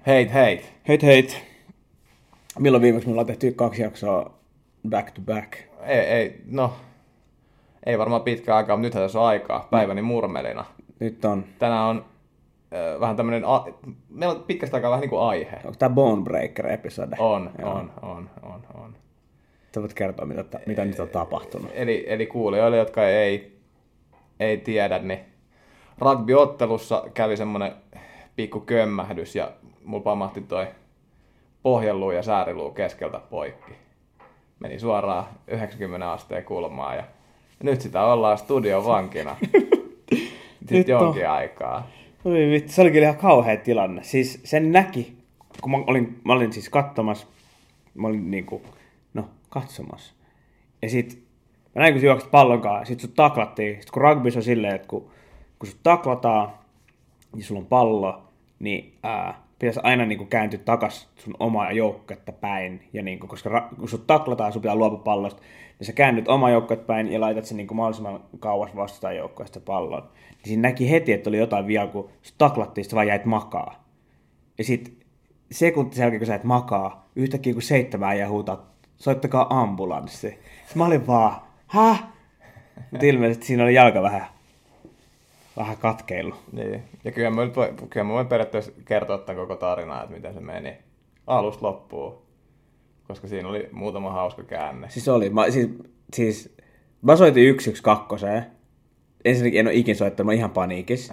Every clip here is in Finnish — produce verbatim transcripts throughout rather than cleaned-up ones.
Heit heit. Heit heit. Milloin viimeksi me ollaan tehty kaksi jaksoa back to back? Ei, ei, no, ei varmaan pitkään aikaa, mutta nythän tässä on aikaa, päiväni murmelina. Nyt on. Tänään on äh, vähän tämmönen, a... meillä on pitkästä aikaa vähän niin kuin aihe. Onko tää Bone Breaker-episode? On, on, on, on, on. Sä voit kertoa, mitä, mitä nyt on tapahtunut. Eli, eli kuulijoille, jotka ei, ei tiedä, niin rugby-ottelussa kävi semmonen pikku kömmähdys ja mulla pamahti toi pohjeluu ja sääriluu keskeltä poikki. Meni suoraan yhdeksänkymmentä asteen kulmaan ja nyt sitä ollaan studion vankina. Sitten jonkin aikaa. Oi vittu, se oli kyllä ihan kauhea tilanne. Siis sen näki, kun mä olin, mä olin siis katsomassa, mä olin niinku, no katsomassa. Ja sit mä näin, kun sä juoksit pallonkaan, sit sut taklattiin. Sit kun rugbyssa on silleen, että kun, kun sut taklataan ja sulla on pallo, niin ää, pitäisi aina niinku kääntyä takas sun omaa joukkuetta päin. Ja niinku, koska ra- kun sut taklataan, sun pitää luopua pallosta, niin sä käännyt omaa joukkuetta päin ja laitat sen niinku mahdollisimman kauas vastustajan joukkueesta pallon. Niin siinä näki heti, että oli jotain vielä, kun sut taklattiin, sit sä vaan jäit makaa. Ja sit sekunti sen jälkeen, kun sä et makaa, yhtäkkiä kun seitsemän ja huutaa, soittakaa ambulanssi. Sitten mä olin vaan, häh? Mutta ilmeisesti siinä oli jalka vähän, vähän katkeillut. Niin. Ja kyllä mä, voi, kyllä mä voin periaatteessa kertoa tämän koko tarinaa, että miten se meni alusta loppuun. Koska siinä oli muutama hauska käänne. Siis oli. Mä, siis, siis, mä soitin yksi yksi kakkoseen. Ensinnäkin en ole ikin soittanut, mä ihan paniikissa.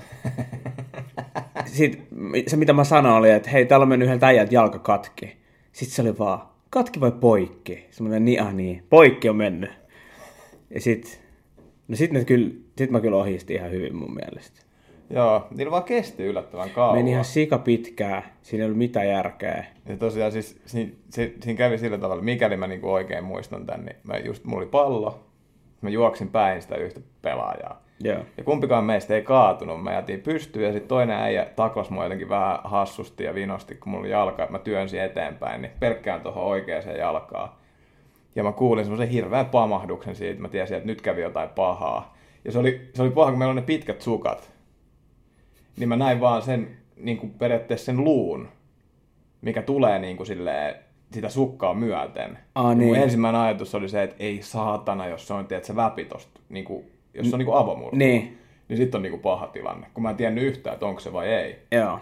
Sitten se mitä mä sanoin oli, että hei, täällä on mennyt yhdeltä äijältä jalka katki. Sitten se oli vaan, katki vai poikki? Semmoinen niin, ah niin, poikki on mennyt. Ja sit, no sit, ne kyllä, sit mä kyllä ohistin ihan hyvin mun mielestä. Joo, niillä vaan kesti yllättävän kauan. Meni ihan sika pitkää, siinä ei ollut mitään järkeä. Ja tosiaan siis siinä, siinä kävi sillä tavalla, mikäli mä niinku oikein muistan tän, niin mä just, mulla oli pallo, mä juoksin päin sitä yhtä pelaajaa. Joo. Ja kumpikaan meistä ei kaatunut, mä jätin pystyyn ja sitten toinen äijä taklas mua jotenkin vähän hassusti ja vinosti, kun mulla oli jalka, että mä työnsin eteenpäin, niin pelkkään tuohon oikeaan jalkaan. Ja mä kuulin semmoisen hirveän pamahduksen siitä, mä tiesin, että nyt kävi jotain pahaa. Ja se oli, se oli paha, kun meillä on ne pitkät sukat. Niin mä näin vaan sen, niin kuin periaatteessa sen luun, mikä tulee niin kuin silleen, sitä sukkaa myöten. Ah, niin. Mun ensimmäinen ajatus oli se, että ei saatana, jos se on tiedät, läpi tosta, niin kuin, jos se on niin kuin avomurto, niin, niin sitten on niin kuin paha tilanne, kun mä en tiennyt yhtään, että onko se vai ei. Joo.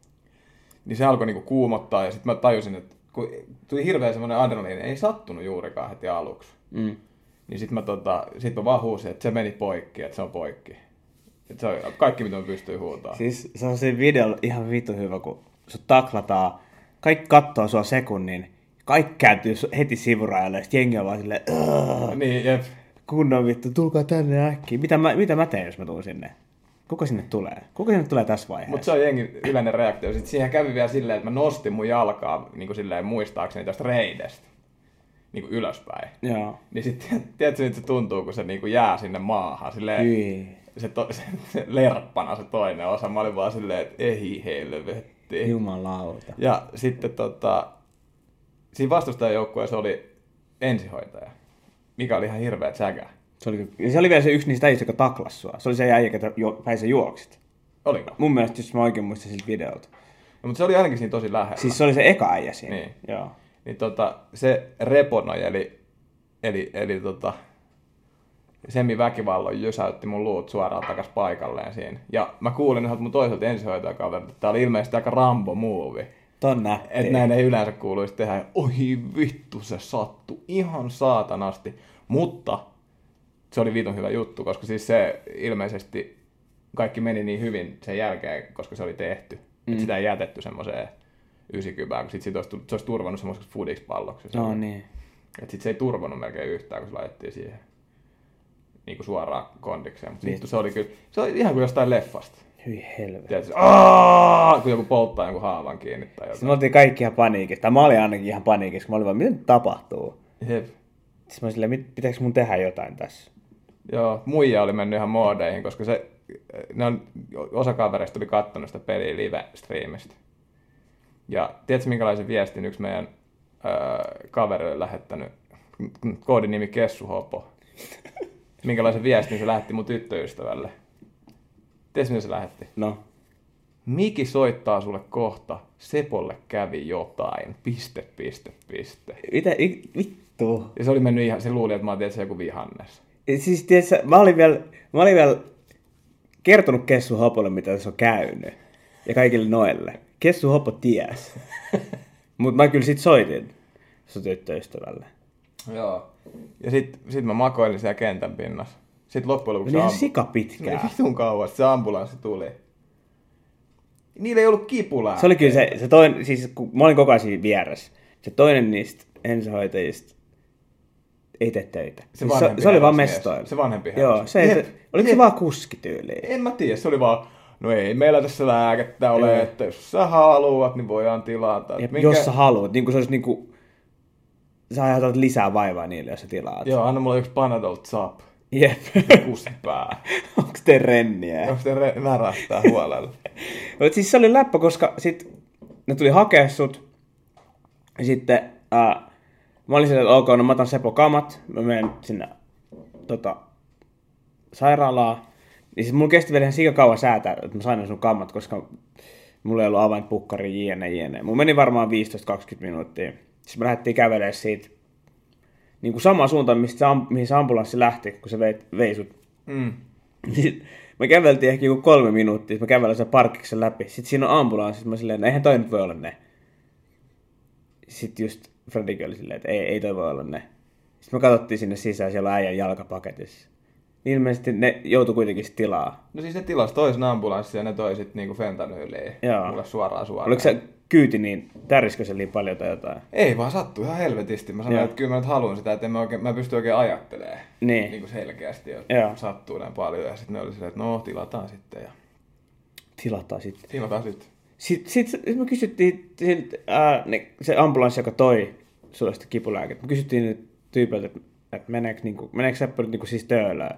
Niin se alkoi niin kuin kuumottaa ja sitten mä tajusin, että kun tuli hirveä semmoinen adrenaliini, ei sattunut juurikaan heti aluksi. Mm. Niin sitten mä, tota, sit mä vaan huusin, että se meni poikki, että se on poikki. Että se on kaikki, mitä mä pystyin huutamaan. Siis se on siinä videolla ihan vittu hyvä, kun sut taklataan, kaikki kattoo sua sekunnin, kaikki kääntyy heti sivurajalle, ja sit jengi on vaan silleen, Niin, jep. kunnon vittu, tulkaa tänne äkkiä. Mitä mä, mitä mä teen, jos mä tuun sinne? Kuka sinne tulee? Kuka sinne tulee tässä vaiheessa? Mutta se on jengin yleinen reaktio. Sitten siihen kävi vielä silleen, että mä nostin mun jalkaa niin kuin silleen muistaakseni tästä reidestä niin kuin ylöspäin. Joo. Niin sitten tiedätkö, että se tuntuu, kun se niin kuin jää sinne maahan. Silleen, Hyi. se, to, se, se lerppana se toinen osa. Mä olin vaan silleen, että ei helvetti. Jumalauta. Ja sitten tota, siinä vastustajajoukkueessa oli ensihoitaja, mikä oli ihan hirveä säkä. Se oli, se oli vielä se yksi niistä äijistä, joka taklasi sua. Se oli se äijä, joka jo, päin sä juoksit. Oliko? Mun mielestä, jos mä oikein muistan siltä videolta. No, mutta se oli ainakin siinä tosi lähellä. Siis se oli se eka äijä siinä. Niin. Joo. Niin tota, se reponoi, eli, eli, eli tota, semiväkivalloin jysäytti mun luut suoraan takas paikalleen siinä. Ja mä kuulin yhdeltä mun toiselta ensihoitajakaverilta, että tää oli ilmeisesti aika Rambo-movie. Ton nähtiin. Että näin ei yleensä kuuluisi tehdä. Oi vittu, se sattui ihan saatanasti. Mutta se oli vitun hyvä juttu, koska siis se ilmeisesti kaikki meni niin hyvin sen jälkeen, koska se oli tehty. Mm. Että sitä ei jätetty semmoiseen yhdeksänkymmentä, kun sit sit olisi, se olisi turvannut semmoiseksi fudiksi-palloksi. No niin. Että sit se ei turvannut melkein yhtään, kun se laitettiin siihen niin kuin suoraan kondikseen. Mutta vittu, se oli kyllä, se oli ihan kuin jostain leffasta. Hyi helvetti. Tiedätkö, aah, kun joku polttaa jonkun haavan kiinni tai jotain. Siis me oltiin kaikki ihan paniikissa. Tai mä olin ainakin ihan paniikissa, kun mä olin vaan, mitä nyt tapahtuu? Jep. Siis mä olin silleen, pitääkö mun tehdä jotain tässä? Joo, muija oli mennyt ihan moodeihin, koska se, ne on, osa kavereista oli kattonut sitä peliä live-streamistä. Ja tiedätkö minkälaisen viestin yksi meidän öö, kaveri oli lähettänyt, koodinimi Kessu Hopo. Minkälaisen viestin se lähetti mun tyttöystävälle. Tiedätkö mitä se lähetti? No. Miki soittaa sulle kohta, Sepolle kävi jotain, piste, piste, piste. Mitä, vittu? Ja se oli mennyt ihan, se luuli, että mä oon tietysti joku vihannes. Siis tiedätkö, mä olin vielä, mä olin vielä kertonut Kessu Hopolle, mitä tässä on käynyt. Ja kaikille noille. Kessu Hopo ties. Mut mä kyllä sit soitin sun tyttöystävälle. Joo. Ja sit, sit mä makoilin siellä kentän pinnassa. Sitten loppujen lopuksi... Se oli ambu... sika pitkään. Se oli vitun kauan, se ambulanssi tuli. Niillä ei ollut kipulää. Se oli kyllä se, se toinen, siis kun mä olin koko ajan siinä vieressä. Se toinen niistä ensihoitajista ei tee töitä. Se, siis se, se oli vaan mestoilla. Se vanhempi Joo, se, se, oliko se vaan kuskityyliin? En mä tiedä, se oli vaan, no ei meillä tässä lääkettä ole, joo. Että jos sä haluat, niin voidaan tilata. Ja minkä... Jos sä haluat, niin kuin se olisi niin kuin, sä aiheutat lisää vaivaa niille, jos sä tilaat. Joo, anna mulle yksi Panadol Zap. Jep. Kusipää. Onko te renniä? Onko te re- närästää huolella? Mutta siis se oli läppä, koska sit ne tuli hakea sut. Ja sitten äh, mä olin silleen, että ok, no mä otan Sepo kamat. Mä menen sinne tota, sairaalaan. Ja siis mulla kesti vielä ihan sika kauan säätää, että mä sain sun kamat, koska mulla ei ollut avain pukkari, jne, jne. Mulla meni varmaan viisitoista kaksikymmentä minuuttia. Sitten me lähdettiin kävelemään siitä niin kuin samaan suuntaan, mistä se, mihin se ambulanssi lähti, kun se vei, vei sut. Mm. Sitten me käveltiin ehkä joku kolme minuuttia, mä kävelin sen parkkiksen läpi. Sitten siinä on ambulanssi, mä silleen, eihän toi nyt voi olla ne. Sitten just Fredikin oli silleen, että ei, ei toi voi olla ne. Sitten me katsottiin sinne sisään, siellä on äijän jalkapaketissa. Ilmeisesti ne joutui kuitenkin tilaa. No siis ne tilasi toisen ambulanssin ja ne toi sit niinku fentanyyliä mulle suoraan suoraan. Oliko se kyyti niin, täriskö se liian paljon tai jotain? Ei vaan sattui ihan helvetisti. Mä sanoin, Joo. että kyllä mä nyt haluan sitä, että en mä, oikein, mä pysty oikein ajattelemaan niin. Niin kuin selkeästi, että Joo. sattuu näin paljon. Ja sitten ne oli silleen, että no tilataan sitten. Ja... Tilataan sitten. Tilataan sitten. Sitten sit, sit me kysyttiin, sit, ää, ne, se ambulanssi, joka toi sulle sitä kipulääkettä, me kysyttiin tyypiltä, että, että meneekö, niinku, meneekö Seppo nyt niinku siis töölään.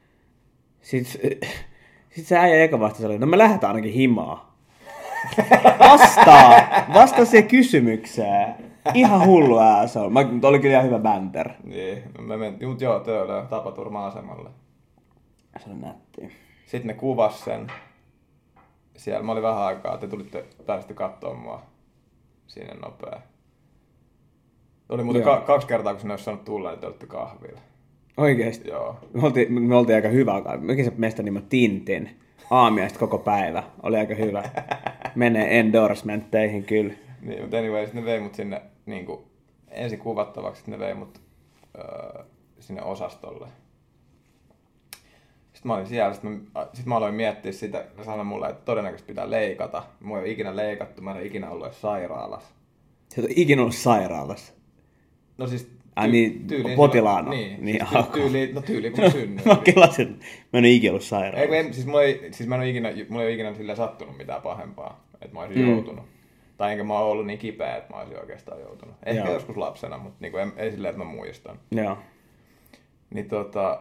Sitten sit se äijä eka vastasi oli, no me lähdetään ainakin himaa. Vastaa! Vastaa siihen kysymykseen. Ihan hullu ääsä. Mä oli kyllä ihan hyvä banter. Niin, me mentiin, mut joo, töölöön tapaturma-asemalle. Se on nättiä. Sitten ne kuvas sen. Siellä mä olin vähän aikaa, te tulitte, pääsitte katsoa mua sinne nopea. Oli muuten ka- kaksi kertaa, kun sinne olisi saanut tulla, niin te olitte kahvilla. Oikeesti? Joo. Me oltiin, me oltiin aika hyvä aikaa. Mikä se meistä nimi Tintin? Aamiaista koko päivä. Oli aika hyvä. Menee endorsementteihin kyllä. Niin, mutta anyway, sitten ne vei mut sinne niin kuin, ensin kuvattavaksi, sitten ne vei mut öö, sinne osastolle. Sitten mä olin siellä, sitten mä, sit mä aloin miettiä sitä, ja sanoin mulle, että todennäköisesti pitää leikata. Mä en ole ikinä leikattu, mä en ole ikinä ollut edes sairaalassa. Sä et ole ikinä ollut sairaalassa? No siis... Ai niin, potilaana. Niin, niin siis tyyli, no tyyli kun synnyin. Mä kelasin, että mä en ole ikinä ollut sairaalassa. Ei, siis, mulla ei, siis mä en ole ikinä, mulla ei ole ikinä silleen sattunut mitään pahempaa, että mä olisin mm. joutunut. Tai enkä mä ole ollut niin kipeä, että mä olisin oikeastaan joutunut. Ehkä Joo. joskus lapsena, mutta niin kuin, ei silleen, että mä muistan. Joo. Niin tota...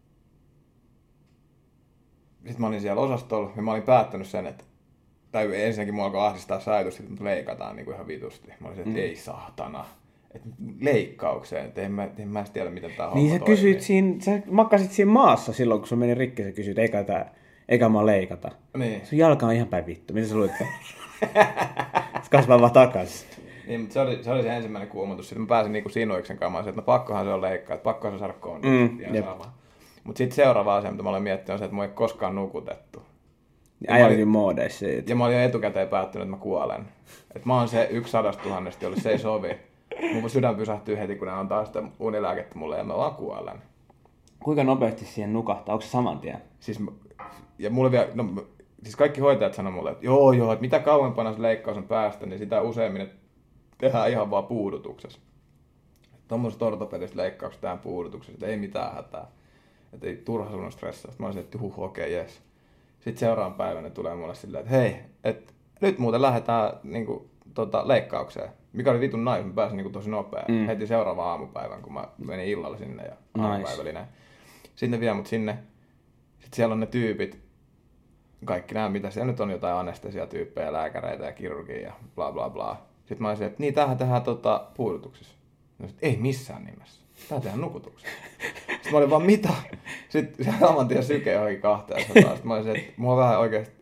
Sitten mä olin siellä osastolla ja mä olin päättänyt sen, että... Tai ensinnäkin mua alkoi ahdistaa se ajatus, että mut leikataan niin kuin ihan vitusti. Mä olin että mm. ei saatana. Että leikkaukseen, että en mä, en mä tiedä, miten tää homma niin sä kysyit siinä, sä makkasit siinä maassa silloin, kun sun meni rikki, sä kysyit, eikä tää, eikä mä leikata. Niin. Sun jalka on ihan päin vittu, mitä sä luulit? Se kasvaa vaan takas. Niin, mutta se oli, se oli se ensimmäinen kuumotus. Sitten mä pääsin niinku sinuiksen kamaan, että no pakkohan se on leikkaa, että pakkohan se saada kondiksesta. Mm, mutta sitten seuraava asia, mitä mä olen miettinyt, on se, että mä ei koskaan nukutettu. Äijä oli moodeissa siitä. Ja mä olin jo etukäteen päättynyt, että mä kuolen. Että mä oon se yksi sadasta tuhannesta, jolle se ei sovi. Mun sydän pysähtyy heti, kun ne antaa sitä unilääkettä mulle ja mä vaan kuolen. Kuinka nopeasti siihen nukahtaa? Onko se saman tien? Siis, ja mulle vielä, no, siis kaikki hoitajat sanoo mulle, että joo joo, että mitä kauempana se leikkaus on päästä, niin sitä useammin tehdään ihan vaan puudutuksessa. Tommoiset ortopediset leikkaukset tehdään puudutuksessa, että ei mitään hätää. Että ei turha sun stressaa. Mä olisin, että huh, okei, okay, jes. Sitten seuraavan päivänä tulee mulle silleen, että hei, että nyt muuten lähdetään niinku, tota, leikkaukseen. Mikä oli vitun nais, mä pääsin niinku tosi nopea. Mm. Heti seuraavaan aamupäivän, kun mä menin illalla sinne ja aamupäivälinen. Nice. Sitten ne vie mut sinne. Sitten siellä on ne tyypit. Kaikki nämä, mitä siellä nyt on, jotain anestesiatyyppejä, lääkäreitä ja kirurgia ja bla bla bla. Sitten mä olisin, että niin, tämähän tehdään tota, puudutuksessa. No sit, ei missään nimessä. Tää tehdään nukutuksessa. Sitten mä olin vaan, mitä? Sitten saman tien syke johonkin kahteen sataan. Sitten mä olisin, että mua vähän oikeesti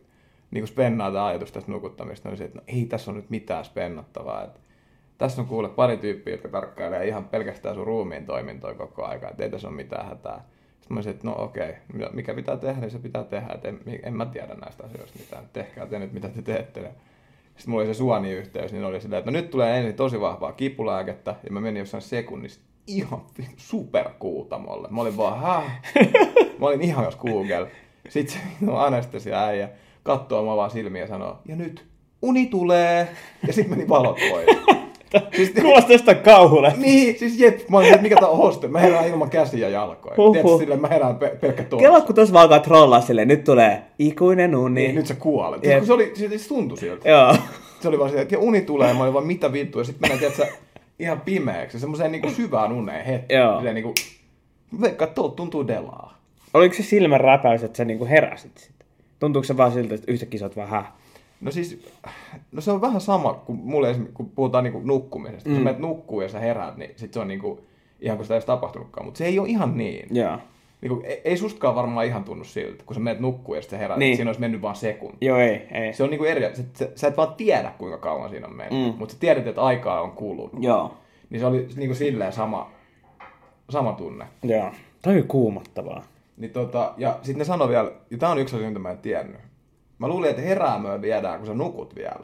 niin spennaa tämä ajatus tästä nukuttamista, niin se, että no, ei tässä on nyt mitään spennattavaa. Että tässä on kuule pari tyyppiä, jotka tarkkailee ihan pelkästään sun ruumiin toimintoja koko ajan, että ei tässä ole mitään hätää. Sitten mä olisin, että no okei, mikä pitää tehdä, niin se pitää tehdä, että en, en mä tiedä näistä asioista mitään, tehkää te nyt mitä te teette. Sitten mulla oli se suoniyhteys, niin oli silleen, että no nyt tulee ensin tosi vahvaa kipulääkettä, ja mä menin jossain sekunnissa ihan superkuutamolle. Mä olin vaan, häh? Mä olin ihan jos Google. Sitten se no, anestesia-äijä kattoo mua vaan silmiä ja sanoo, ja nyt uni tulee, ja sitten meni valot pois. Siis, kuulostaa jostain kauhulle. Niin, siis jep, mä olin, että mikä tää on hoste, mä herään ilman käsiä ja jalkoja. Uhuh. Tiedätkö silleen, mä herään pe- pelkkä torso. Kela, kun tuossa vaan alkaa trollaa silleen, nyt tulee ikuinen uni. Niin, nyt sä kuolet. Yep. Se, oli, se tuntui siltä. Joo. Se oli vaan silleen, että uni tulee, mä olin vaan mitä vittua, ja sit mennään, tiedätkö, ihan pimeäksi, semmoiseen niinku syvään uneen hetki. Joo. Silleen niinku, veikkaa, että tuolta tuntuu delaa. Oliko se silmän räpäys, että sä niinku heräsit sitten? Tuntuuko se vaan siltä, että yhtäkkiä sä oot vähän häh? No siis, no se on vähän sama kuin mulle esimerkiksi, kun puhutaan niinku nukkumisesta. Mm. Kun sä menet nukkuu ja sä heräät, niin sit se on niinku, ihan kuin sitä ei olisi tapahtunutkaan. Mutta se ei ole ihan niin. Joo. Niinku, ei, ei sustakaan varmaan ihan tunnu siltä, kun sä menet nukkuu ja sitten heräät, niin. Siinä olisi mennyt vaan sekunti. Joo, ei, ei. Se on niinku eri, sä, sä, sä et vaan tiedä, kuinka kauan siinä on mennyt, mm. mutta sä tiedät, että aikaa on kulunut. Joo. Niin se oli niinku silleen sama, sama tunne. Joo. Toi on kuumottavaa. Niin tota, ja sitten ne sanoi vielä, ja tää on yksi asia, mitä mä en tiennyt. Mä luulin, että heräämöä viedään, kun sä nukut vielä.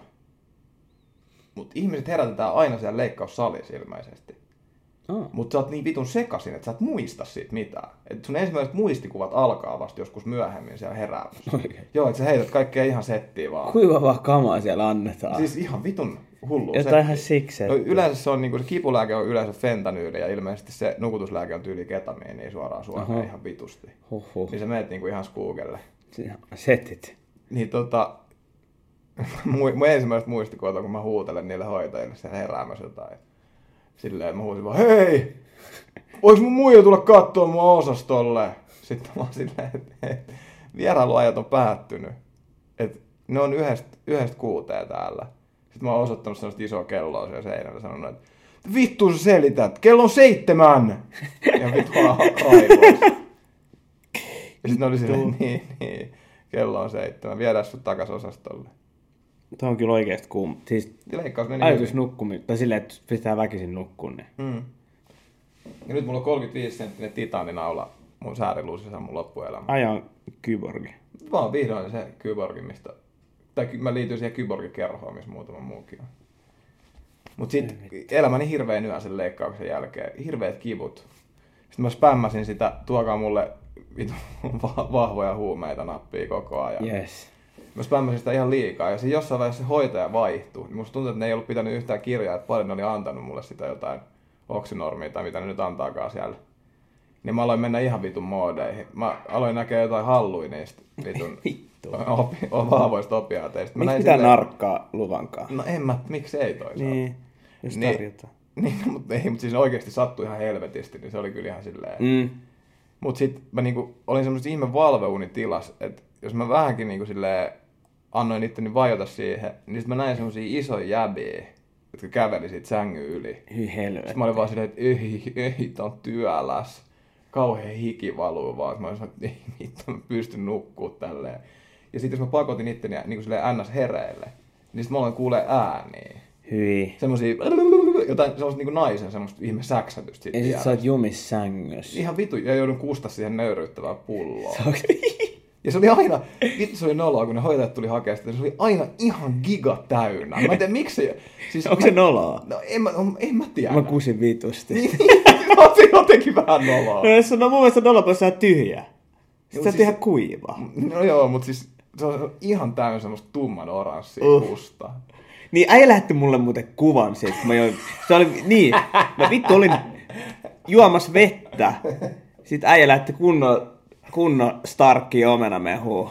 Mutta ihmiset herätetään aina siellä leikkaussalissa ilmeisesti. Oh. Mutta sä oot niin vitun sekasin, että sä et muista siitä mitään. Et sun ensimmäiset muistikuvat alkaa vasta joskus myöhemmin siellä heräämässä. Okay. Joo, että sä heität kaikkea ihan settiä vaan. Kuivavaa kamaa siellä annetaan. Siis ihan vitun hullua jotain ihan siksi. No, yleensä se on niinku, se kipulääke on yleensä fentanyyli ja ilmeisesti se nukutuslääke on tyyli ketamiini, niin suoraan suoraan ihan vitusti. Huhhuh. Niin sä menet niinku ihan skuukelle. Setit. Niin tota, mun ensimmäiset muistikuvat on, kun mä huutelen niille hoitajille siellä heräämässä jotain. Silleen mä huusin vaan, hei! Voiko mun muija tulla kattoo mua osastolle? Sitten mä oon silleen, että vierailuajat on päättynyt. Että ne on yhdestä, yhdestä kuuteen täällä. Sitten mä oon osoittanut sellaista isoa kelloa siellä seinällä ja sanonut, että vittu sä selität, kello on seitsemän! Ja vittu vaan raivois. Ja sitten oli silleen, niin, niin, kello on seitsemän, viedään sut takas osastolle. Tuo on kyllä oikeasti kuuma. Siis ajatus nukkumi, tai silleen, että pitää väkisin nukkua. Niin. Mm. Ja nyt mulla on kolmekymmentäviisi senttinen titaaninaula mun sääriluusissa mun loppuelämä. Ajan kyborgi. Mä oon vihdoin se kyborgi, mistä... Tai mä liityin siihen kyborgikerhoon, missä muutama muukin on. Mut sit elämäni hirveän yhä sen leikkauksen jälkeen. Hirveät kivut. Sitten mä spämmäsin sitä, tuokaa mulle vahvoja huumeita nappia koko ajan. Yes. Mä spämmäsin sitä ihan liikaa, ja se jossain vaiheessa se hoitaja vaihtui. Niin musta tuntuu, että ne ei ollut pitänyt yhtään kirjaa, että paljon ne oli antanut mulle sitä jotain oksinormia tai mitä ne nyt antaakaan siellä. Niin mä aloin mennä ihan vitun moodeihin. Mä aloin näkee jotain halluja niistä vitun opi, vahvoista opiaateista. Miksi pitää silleen... narkkaa luvankaan? No en mä, miksi ei toisaalta. Niin, jos tarjotaan. Niin, niin mutta ei, mutta siis oikeesti sattui ihan helvetisti, niin se oli kyllä ihan silleen. Mm. Mut sit mä niinku olin semmosessa ihme valveunitilas, että jos mä vähänkin niinku silleen annoin itteni vajota siihen, niin sit mä näin semmosia isoja jäbiä, jotka käveli siitä sängyn yli. Hyi helvetti. Sit mä olin vaan silleen, että ei, ei, tää on työläs. Kauhea hiki valuu vaan, että mä olin sanonut, että ei mitään, mä pystyn nukkuu tälleen. Ja sit jos mä pakotin itteni niinku silleen ns hereille, niin sit mä aloin kuulee ääniä. Hyi. Semmosia, jotain semmoista niinku naisen semmoista ihme säksätystä sit. Ja sit sä oot jumis sängyssä. Ihan vitu, ja joudun kustaa siihen nöyryyttävään pulloon. Ja se oli aina, vittu se oli noloa, kun ne hoitajat tuli hakemaan sitä, se oli aina ihan giga täynnä. Mä en tiedä, miksi se... Siis onko se noloa? No en mä, en mä tiedä. Mä kusin vitusti. No se jotenkin vähän noloa. No jos on no, mun mielestä noloa, sä oot tyhjä. Sitten sä oot ihan kuiva. No joo, mutta siis se on ihan täynnä semmoista tumman oranssia uh. kusta. Niin äijä lähetti mulle muuten kuvan siitä, kun mä join... Se oli, niin, mä vittu olin juomassa vettä. Sitten äijä lähetti kunnon... kunnon starkki omenamehua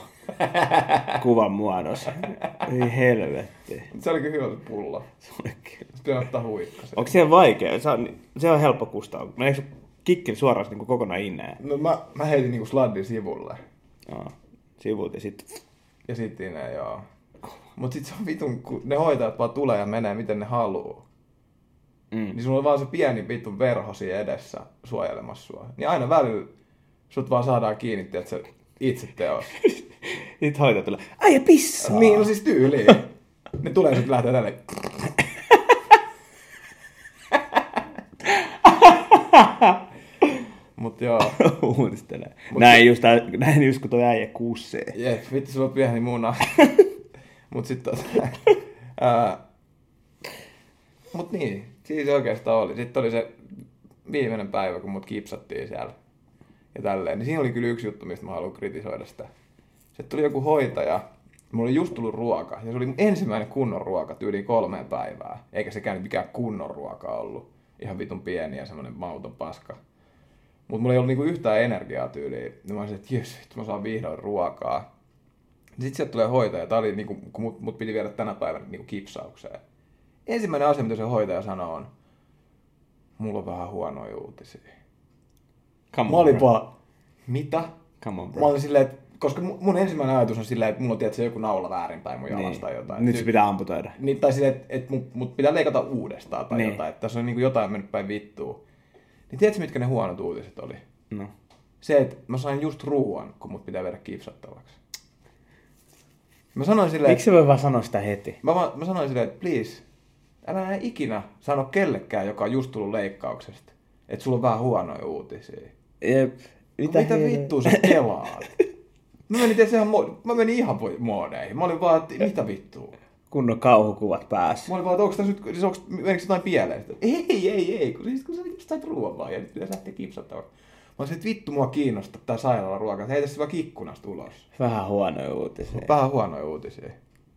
kuvan muodossa. Ei helvetti. Se oli kyllä hyvä se pulla. Se oli kyllä. Se pitää ottaa huikkasen. Onko se vaikea? Se on, se on helppo kustaa. Mä eikö se kikkeli suoraan niin kokonaan inneen? No mä, mä heitin niinku sladdin sivulle. Joo. Sivut ja sit... Ja sit inneen, joo. Mut sit se on vitun, kun ne hoitajat vaan tulee ja menee miten ne haluu. Mm. Niin sulla on vaan se pieni vitun verho siinä edessä suojelemassa sua. Niin aina välillä sut vaan saadaan kiinni, että se itse teos. Sitten hoitaja tulee, äijä pissaa. Niin, no siis tyyliin. Ne tulee sitten lähtee tälleen. Mut joo. Uutistelee. Näin just, näin just kun toi äijä kuussee. Jep, vittu sulla on pieni muna. Mut sit tota... ää, mut niin, siis oikeastaan oli. Sitten oli se viimeinen päivä, kun mut kipsattiin siellä. Ja tälleen. Niin siinä oli kyllä yksi juttu, mistä mä haluan kritisoida sitä. Sitten tuli joku hoitaja. Mulla oli just tullut ruoka. Ja se oli mun ensimmäinen kunnon ruoka tyyliin kolmeen päivää. Eikä sekään mikään kunnon ruoka ollut. Ihan vitun pieni ja semmonen mauton paska. Mut mulla ei ollut niinku yhtään energiaa tyyliin. Niin mä olisin, että jes, mä saan vihdoin ruokaa. Sitten sieltä tulee hoitaja. Tää oli niinku, kun mut, mut piti viedä tänä päivänä niinku kipsaukseen. Ensimmäinen asia, mitä se hoitaja sanoo on, mulla on vähän huonoja uutisia. Come Mä on, olin bro. vaan, mitä? Come on, bro. Mä olin silleen, että koska mun ensimmäinen ajatus on silleen, että mulla on tietysti joku naula väärinpäin mun jalasta tai jotain. Nyt se pitää amputoida. Niin, tai silleen, että, että mut, mut pitää leikata uudestaan tai niin. jotain. Että tässä on niin kuin jotain mennyt päin vittuun. Niin tiedätkö, mitkä ne huonot uutiset oli? No. Se, että mä sain just ruuan, kun mut pitää viedä kipsattavaksi. Mä sanoin silleen... Miksi sä voi vaan sanoa sitä heti? Mä, mä, mä sanoin silleen, että please, älä enää ikinä sano kellekään, joka on just tullut leikkauksesta, että sulla on vähän huonoja uutisia. Jep. Mitä, mitä vittua sä kelaat? Mä menin, tietysti ihan, mo- mä menin ihan moodeihin. Mä olin vaan, että mitä vittua? Kunnon kauhukuvat päässä. Mä olin vaan, että onko tässä nyt, siis onko, menikö jotain pieleen? Ei, ei, ei, kun, siis, kun sä just sait ruoan vaan ja nyt pitäisi lähteä kipsattavaksi. Mä olisin, että vittu mua kiinnostaa tää sairaalaruoka, että heitä se vaan ikkunasta ulos. Vähän huonoja uutisia. Vähän huonoja uutisia.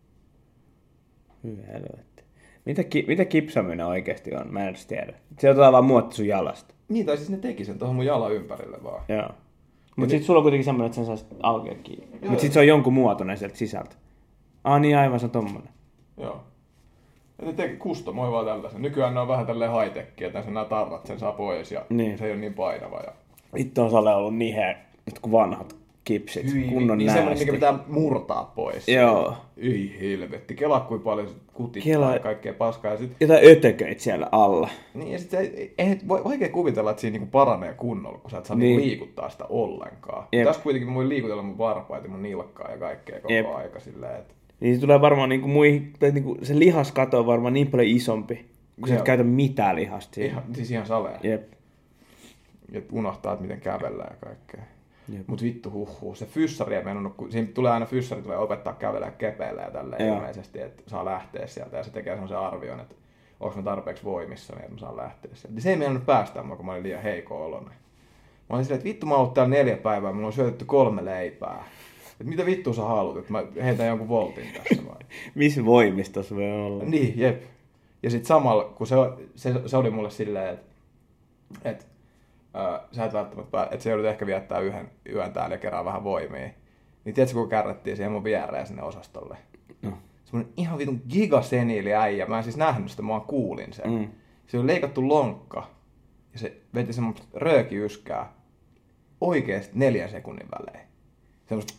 Hyvä helvetti. Mitä, ki- mitä kipsaminen oikeasti on? Mä en edes tiedä. Se otetaan vaan muotti sun jalasta. Niin, tai siis ne teki sen tuohon mun jalan ympärille vaan. Joo. Mut sit sulla on kuitenkin semmoinen, että sen saisi aukea kiinni. Mut sit se on jonkun muotoinen sieltä sisältä. Ah niin, aivan se on tommonen. Joo. Ja ne teki kustomoi vaan tällaisen. Nykyään ne on vähän tälleen high-techia, että nämä tarrat sen saa pois ja Niin. se ei ole niin painava. Ja... Vittu on Sale ollut niin he, kuin vanhat kipsit. Hyi, Kunnon niin näästi. semmoinen, mikä pitää murtaa pois. Joo. Ei helvetti. Kela kuin paljon kutit Kela- ja kaikkea paskaa. Ja sit, Jotain ötököit siellä alla. niin, ja sit se, ei, ei, vaikea kuvitella, että siinä niinku paranee kunnolla, kun sä et saa Niin. niin. liikuttaa sitä ollenkaan. Jep. Tässä kuitenkin mä voin liikutella mun varpaita ja mun nilkkaa ja kaikkea koko Jep. aika silleen, että... Niin se tulee varmaan niinku muihin, tai niinku se lihaskato on varmaan niin paljon isompi, kun sä et Joo. käytä mitään lihasta siinä. Ihan, siis ihan saleen. Jep. Ja unohtaa, että miten kävellään ja kaikkea. Jep. Mut vittu huhhuh. Se fyssari ei mennyt, kun siinä tulee aina fyssari tulee opettaa kävellä kepeillä ja tälleen Joo. ilmeisesti, että saa lähteä sieltä. Ja se tekee semmoisen arvion, että onko mä tarpeeksi voimissa, niin että mä saan lähteä sieltä. Niin se ei mennyt päästä mua, kun mä olin liian heikko oloinen. Mä olin silleen, että vittu mä oon ollut täällä neljä päivää, mulla on syötetty kolme leipää. Et mitä vittua sä haluat, että mä heitän jonkun voltin tässä vai? Missä voimistossa voi olla? Niin, jep. Ja sit samalla, kun se, se, se oli mulle silleen, että et, äh, sä et välttämättä, että sä joudut ehkä viettää yhden yön täällä ja kerää vähän voimia. Niin tiedätkö, kun kärrättiin siihen mun viereen sinne osastolle? No. Semmonen ihan vitun gigaseniili äijä. Mä en siis nähnyt sitä, mä vaan kuulin sen. Mm. Se oli leikattu lonkka ja se veti semmoista röökiyskää oikeesti neljän sekunnin välein. Semmoista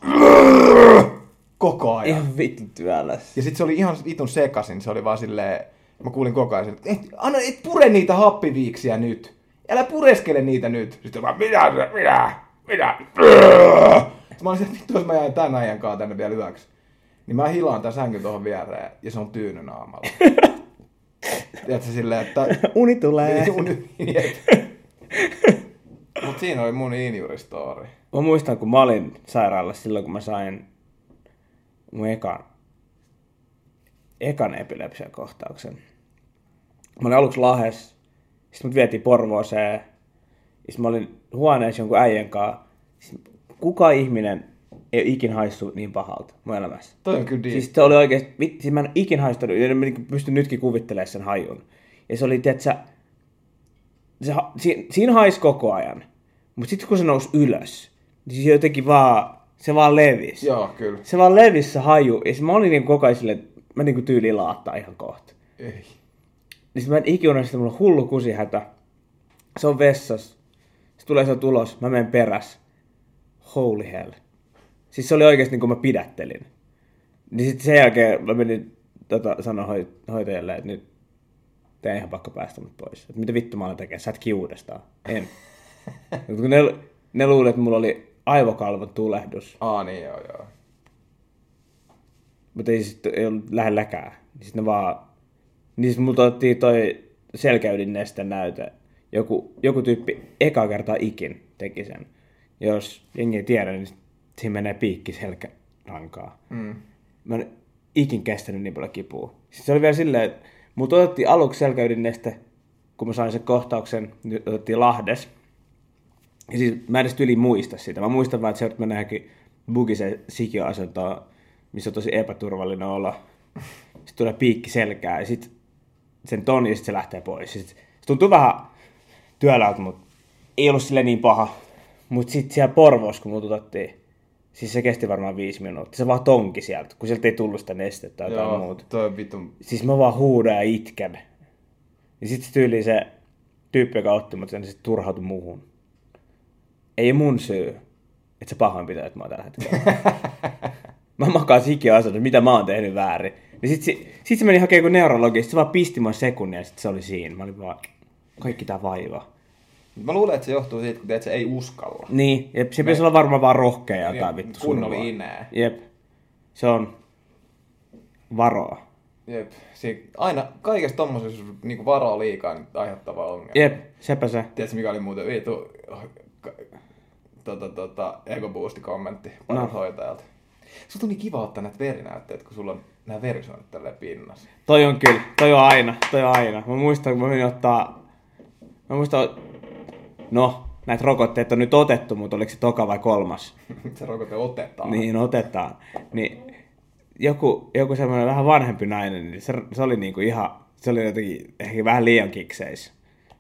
koko ajan. Ihan vittu työläs. Ja sit se oli ihan vitun sekasin, se oli vaan silleen, mä kuulin koko ajan, että et, anna, et pure niitä happiviiksiä nyt. Älä pureskele niitä nyt. Sitten vaan, mitä, mitä, mitä. Mä olin se, että vittu, jos mä jäin tän ajan kanssa tänne vielä yöksi. Niin mä hilaan tän sängyn tuohon viereen ja se on tyyny naamalla. Tiedätkö silleen, että... Uni tulee. Uni, mut siinä oli mun injury-story. Mä muistan, kun mä olin sairaalassa silloin, kun mä sain mun ekan, ekan epilepsiakohtauksen. Mä olin aluksi Lahes, sitten mut vietiin Porvooseen, sitten mä olin huoneessa jonkun äijän kanssa. Kuka ihminen ei ole ikin haissut niin pahalta mun elämässä. Toi on kyllä Siis se oli oikeesti, siis mä en ikin haistanut, ja mä pystyn nytkin kuvittelemaan sen hajun. Ja se oli, tiiätsä, se, si, siinä haisi koko ajan. Mutta sitten kun se nousi ylös, niin se jotenkin vaan, se vaan levisi. Joo, kyllä. Se vaan levisi se haju. Ja sit mä olin niin koko ajan silleen, että mä niin tyyliin laattaa ihan kohta. Ei. Niin sit mä en ikinä unohda sitä, mulla on hullu kusihätä. Se on vessassa. Se tulee se tulos, mä menen perässä. Holy hell. Siis se oli oikeesti niin kuin mä pidättelin. Niin sitten sen jälkeen mä menin tota, sanoa hoit- hoitajalle, että nyt teidän ihan pakko päästä mut pois. Että mitä vittu mä olen tekemään, sä etkin uudestaan. En. Kun ne, ne luulivat, että mulla oli aivokalvon tulehdus. Aa, niin joo, joo. mutta ei, sit, ei ollut lähelläkään. Sitten ne vaan, niin sit multa otettiin toi selkäydinnesten näyte. Joku, joku tyyppi eka kertaa ikin teki sen. Jos jengi ei tiedä, niin siinä menee piikki selkärankaa. Mm. Mä en ikin kestänyt niin paljon kipua. Sitten se oli vielä silleen, että mut otettiin aluksi selkäydinneste, kun mä sain sen kohtauksen, niin otettiin Lahdes. Ja siis mä en edes tyyliin muista sitä. Mä muistan vaan, että se on mennä johonkin bugisen sikiöasentoon, missä on tosi epäturvallinen olla. Sitten tulee piikki selkää ja sitten sen toni ja sitten se lähtee pois. Sitten se tuntuu vähän työläältä, mutta ei ollut sille niin paha. Mutta sitten siellä Porvoossa, kun mut otettiin, siis se kesti varmaan viisi minuuttia. Se vaan tonki sieltä, kun sieltä ei tullut sitä nestettä tai jotain Joo, muuta. toi vitun. Siis mä vaan huudan ja itken. Ja sitten tyyliin se tyyppi, joka otti mut sen, niin se turhautui muuhun. Ei mun syy, että se pahoinpitää, mä oon tällä hetkellä. Mä makaan sikiöasennossa, mitä mä oon tehnyt väärin. Ja sit, sit, sit se meni hakemaan neurologia, sit se vaan pisti mua sekunnia ja sit se oli siinä. Mä olin vaan, kaikki tää vaiva. Mä luulen, että se johtuu siitä, kun teet, se ei uskalla. Niin, jep, se pitäisi olla varmaan vaan rohkea ja jotain Jep, vittu kun oli surua. inää. Jep, se on varoa. Jep, siinä aina kaikessa tommosessa niinku varoa liikaa niin aiheuttava ongelma. Jep, sepä se. Tiedätkö mikä oli muuten vitu tota, tota, Ego Boost-kommentti parhoitajalta? Sulla tuli kiva ottaa näitä verinäytteet, kun sulla on nämä verisuonet tälleen pinnassa. Toi on kyllä, toi on aina, toi on aina. Mä muistan, kun mä menin ottaa, mä muistan, no, näitä rokotteita on nyt otettu, mutta oliko se toka vai kolmas? Se rokote otetaan. Niin, otetaan. Niin joku, joku semmoinen vähän vanhempi nainen, niin se, se oli niinku ihan, se oli jotenkin ehkä vähän liian kikseis.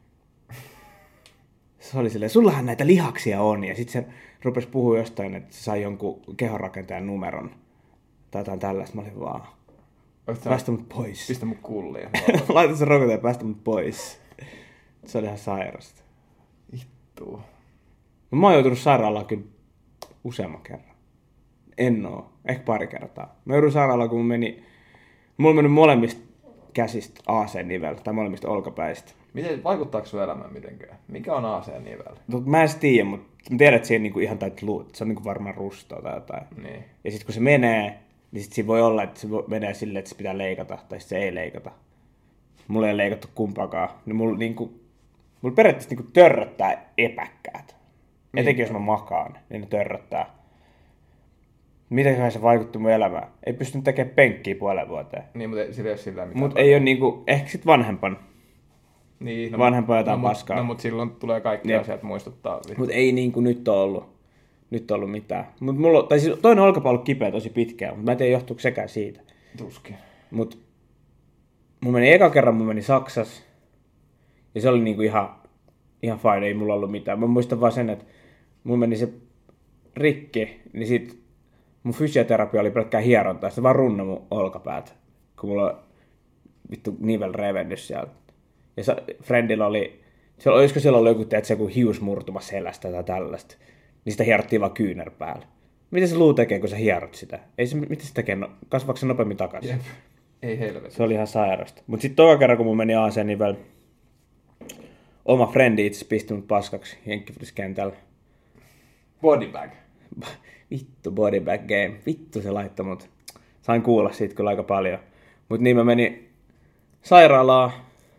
Se oli silleen, sullahan näitä lihaksia on, ja sitten se rupesi puhua jostain, että se sai jonkun kehonrakentajan numeron. Tai jotain tällaista. Mä olin vaan, päästä mut pois. Pistä mut kulliin. Laita se rokote ja päästä mut pois. Se oli ihan sairasta. Vittu. Mä oon joutunut sairaalaan kyllä useamman kerran. En oo. Ehkä pari kertaa. Mä joudun sairaalaan, kun mun meni, mulla meni molemmista käsistä A C-nivel, tai molemmista olkapäistä. Miten, vaikuttaako sun elämään mitenkään? Mikä on A C-nivel? No, mä en tiedä, mutta mä tiedän, että siihen niinku ihan täytyy luut. Se on niinku varmaan rustoa tai jotain. Niin. Ja sitten kun se menee, niin sit siinä voi olla, että se menee silleen, että se pitää leikata, tai se ei leikata. Mulla ei leikattu kumpaakaan. Niin mulla, niinku, mulla periaatteessa niinku törröttää epäkkäät. Niin. Etenkin jos mä makaan, niin ne törröttää. Miten se vaikutti mun elämään? Ei pystynyt tekemään penkkiä puolen vuoteen. Niin, mutta sillä ei ole sillä mitään. Mutta ei ole niinku, ehkä sit vanhempan. Niin, no, vanhempaa jotain no, paskaa. No, mutta silloin tulee kaikki Jep. asiat muistuttaa. Mutta ei niinku nyt ole ollut. Nyt on ollut mitään. Mut mulla, tai siis toinen olkapää on ollut kipeä tosi pitkään, mutta mä en tiedä johtuuko sekään siitä. Tuskin. Mut mun meni eka kerran, mun meni Saksassa. Ja se oli niinku ihan, ihan fine, ei mulla ollut mitään. Mä muistan vaan sen, että mun meni se rikki, niin sit mun fysioterapia oli pelkkää hierontaa. Se vaan runnoi mun olkapäät, kun mulla on vittu nivel revennyt sieltä. Ja se, friendillä oli, se, olisiko siellä ollut joku, teet, joku hiusmurtuma selästä tai tällaista. Niin sitä hierottiin vaan kyynärpäällä. Mitä se luu tekee, kun sä hierot sitä? Ei se, mitä se tekee? No, kasvaako se nopeammin takaisin? Jep. Ei helvetti. Se oli ihan sairasta. Mut sit toka kerran, kun mun meni A C-nivel, oma frendi itse pisti mut paskaksi jenkkifriskentällä. Bodybag. Vittu, bodybag game. Vittu se laittoi mut. Sain kuulla siitä kyllä aika paljon. Mut niin mä menin sairaalaan.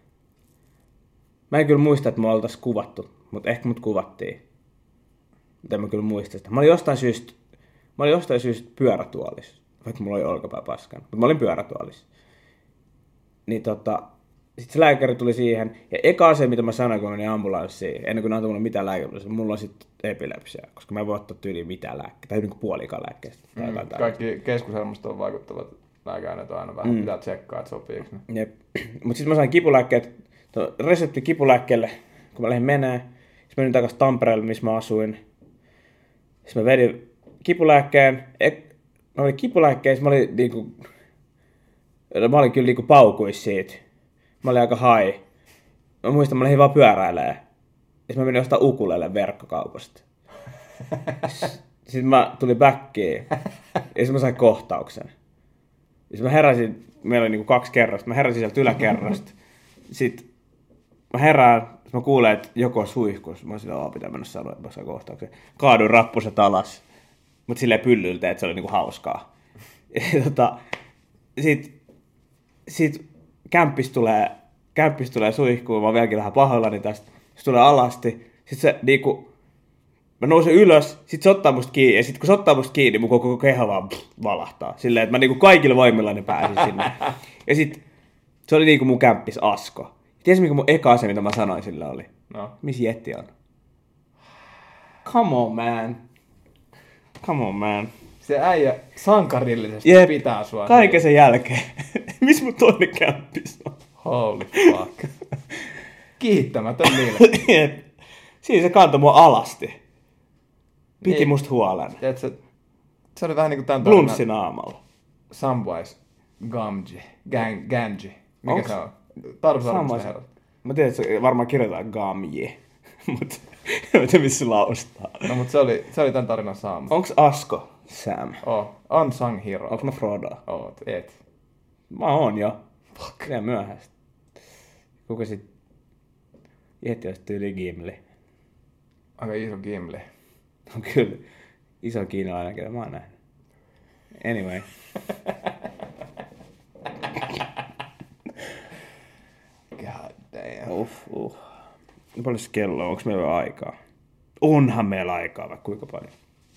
Mä en kyllä muista, että mä oltais kuvattu, mutta ehkä mut kuvattiin. Mutta en mä kyllä muista sitä. Mä olin jostain syystä, mä olin jostain syystä pyörätuolissa, vaikka mulla oli olkapää paskana. Mutta mä olin pyörätuolissa. Niin tota, sit se lääkäri tuli siihen. Ja eka asia, mitä mä sanoin, kun menin ambulanssiin, ennen kuin ne antoi mulle mitään lääkettä, mulla on sit epilepsia, koska mä en voi ottaa tyyliin mitään lääkkeitä, tai niin puolikaan lääkkeestä. Mm, kaikki keskushermostoon vaikuttavat lääkeaineet on aina vähän, mm. pitää tsekkaa, että sopiiko ne. Jep. Mut sit mä sain kipulääkkeet, resepti kipulääkkeelle, kun mä lähdin menee. Sitten menin takaisin Tampereelle, missä mä asuin. Sitten mä vedin kipulääkkeen. Mä olin kipulääkkeen, mä olin niinku... Mä olin kyllä niinku paukuis siitä. Mä olin aika hai. Mä muistan, mä lähdin vaan pyöräilemään. Sitten mä menin jostain ukulele verkkokaupasta. Sitten mä tulin backiin. Ja sitten mä sain kohtauksen. Ja sitten mä heräsin, meillä oli niinku kaksi kerrasta. Mä heräsin sieltä yläkerrasta. Sitten mä herään, mä kuulen, että joku on suihkus. Mä oon silleen, että pitää mennä sanoa, että mä saan kohtauksen. Kaaduin rappuset alas. Mut silleen pyllyltä, että se oli niinku hauskaa. Ja tota, sit, sit kämppis tulee, kämppis tulee suihkuun, mä oon vieläkin vähän pahoillani tästä. Se tulee alasti, sit se niinku, mä nousen ylös, sit se ottaa musta kiinni, ja sit kun se ottaa musta kiinni, mun koko keho vaan pff, valahtaa. Silleen, että mä niinku kaikilla voimillani pääsin sinne. Ja sit se oli niinku mun kämppis Asko. Tiedätkö mikä mun eka asia, mitä mä sanoin sille oli? No. Missä Jetti on? Come on, man. Come on, man. Se äijä sankarillisesti Jep, pitää sua. kaiken sen jälkeen. Missä mun toinen kämppis on? Holy fuck. Kiittämätön niille. Jep. Siinä se kantoi mua alasti. Piti Niin. musta huolen. Se, se oli vähän niinku tän Blunssi naamalla. Samwise Gamgee. Gang, Ganji. Mikä Onks- se on? Tarvitsen Samwise- herrat. Mä tiedän, että se varmaan kirjoitetaan Gamje. Mutta en tiedä, missä se laustaa. No mut se oli, se oli tän tarinan saama. Onks Asko Sam? Oh, unsung hero. Onks mä Frodo? Oot, et. Mä oon jo. Fuck. Liian myöhäistä. Kuka sit? Jetti olisi tyyli Gimli. Aika iso Gimli. On kyllä iso kiinalainen, ketä mä oon nähnyt. Anyway. God damn. Uff, uff. Paljon se kello on? Onks meillä vielä aikaa? Onhan meillä aikaa, vaikka kuinka paljon.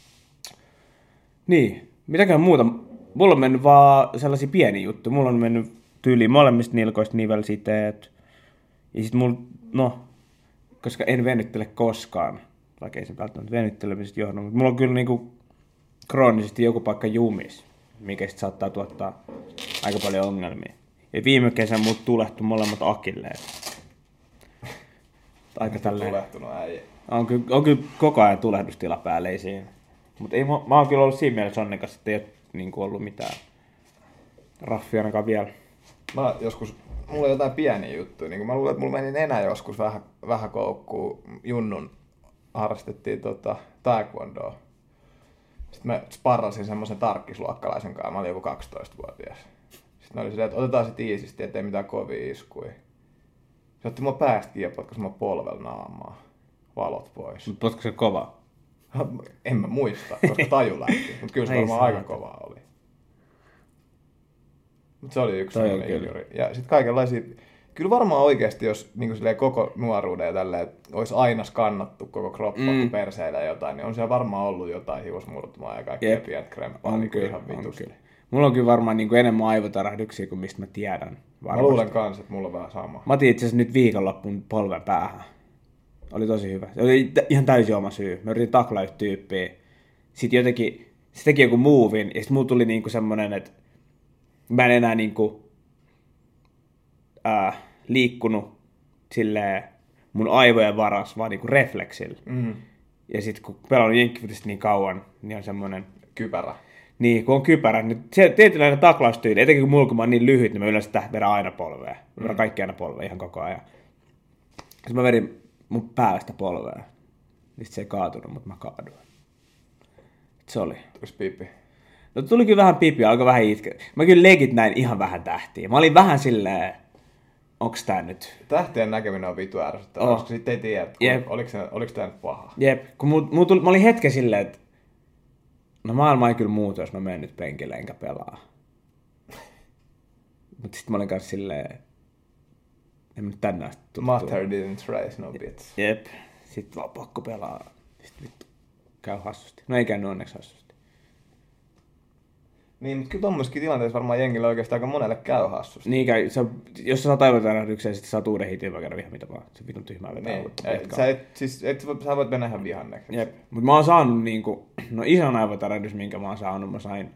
Niin, mitäkään muuta. Mulla on mennyt vaan sellaisia pieniä juttuja. Mulla on mennyt tyyliin molemmista nilkoista nivelsiteet. Ja sit mulla, no, koska en venyttele koskaan, vaikka ei se välttämättä venyttelemisestä johdu, mutta mulla on kyllä niinku kroonisesti joku paikka jumis, mikä sit saattaa tuottaa aika paljon ongelmia. Ja viime kesän mut tulehtui molemmat akilleet. Aika tälleen. Tulehtunut äijä. On kyllä, on kyllä koko ajan tulehdustila päälle, ei siinä. Mutta mä, mä oon kyllä ollut siinä mielessä onnekas, että ei ole niin kuin ollut mitään raffia ainakaan vielä. Mä joskus, mulla on jotain pieniä juttuja. Niin mä luulen, että mulla meni nenä joskus vähän, vähän koukkuun. Junnun harrastettiin tota, taekwondoa. Sitten mä sparrasin semmoisen tarkkisluokkalaisen kanssa. Mä olin joku kaksitoistavuotias. Sitten oli silleen, että otetaan sit iisisti, ettei mitään kovia iskuja. Se otti mua päästä kiinni ja potkasi mua polvella naamaa. Valot pois. Mutta potko se kova? En mä muista, koska taju lähti. Mutta kyllä se Ai varmaan saatana. aika kovaa oli. Mutta se oli yksi Toi on sellainen kyllä. injury. Ja sitten kaikenlaisia... Kyllä varmaan oikeasti, jos niin silleen koko nuoruuden ja tälleen, olisi aina skannattu koko kroppa mm. perseillä ja jotain, niin on siellä varmaan ollut jotain hiusmurtumaa ja kaikkea Jep. pientä kremppaa On niin kyllä, ihan on vitusti. kyllä. Mulla on kyllä varmaan niin kuin enemmän aivotärähdyksiä kuin mistä mä tiedän. Mä Varmasti. luulen kanssa, että mulla on vähän sama. Mä otin itse asiassa nyt viikonloppuun polven päähän. Oli tosi hyvä. Se oli t- ihan täysin oma syy. Mä yritin taklaa yhtä tyyppiä. Sitten jotenkin, se teki joku movin, ja sitten mulla tuli niinku semmonen, että mä en enää niinku ää, liikkunut silleen mun aivojen varas, vaan niinku refleksillä. Mm. Ja sitten kun pelannut jenkkifutista niin kauan, niin on semmonen... Kypärä. Niin, kun on kypärä, niin se tietynlainen taklaustyyli, etenkin kun mulla kun mä oon niin lyhyt, niin mä yleensä vedän aina polvea. Mä vedän kaikki aina polvea ihan koko ajan. Sitten mä vedin mun päästä polvea. Niin sit se ei kaatunut, mutta mä kaaduin. Se oli. Tulis pipi. No tuli kyllä vähän pipi, alkoi vähän itkeä. Mä kyllä legit näin ihan vähän tähtiä. Mä olin vähän silleen, onks tää nyt? Tähtien näkeminen on vitu ärsyttävää, Oh. koska sit ei tiedä, Jep. oliko, se, oliko tää nyt paha. Jep, kun mul, mul tuli, mä olin hetken silleen, että no maailma ei kyllä muutu, jos mä menen nyt penkille enkä pelaa. Mutta sitten mä olin kanssa silleen, en mä nyt tänne asti tuttu. Matter didn't raise no bits. Jep, sitten vaan pakko pelaa. Sitten vittu, käy hassusti. No ei käynyt onneksi hassusti. Niin, mutta kyllä tommossakin tilanteessa varmaan jengillä oikeastaan aika monelle käy hassusti. Niin käy, sä, jos sä saat aivotärähdyksen, sitten saat uuden hitin, vaikka ihan mitä vaan. Se vitun tyhmää vetää. Niin. uutta Et, jatkaa. sä, et, siis, et, sä voit mennä ihan vihanneeksi. Jep, mutta mä oon saanut niinku, no iso aivotärähdys, minkä mä oon saanut, mä sain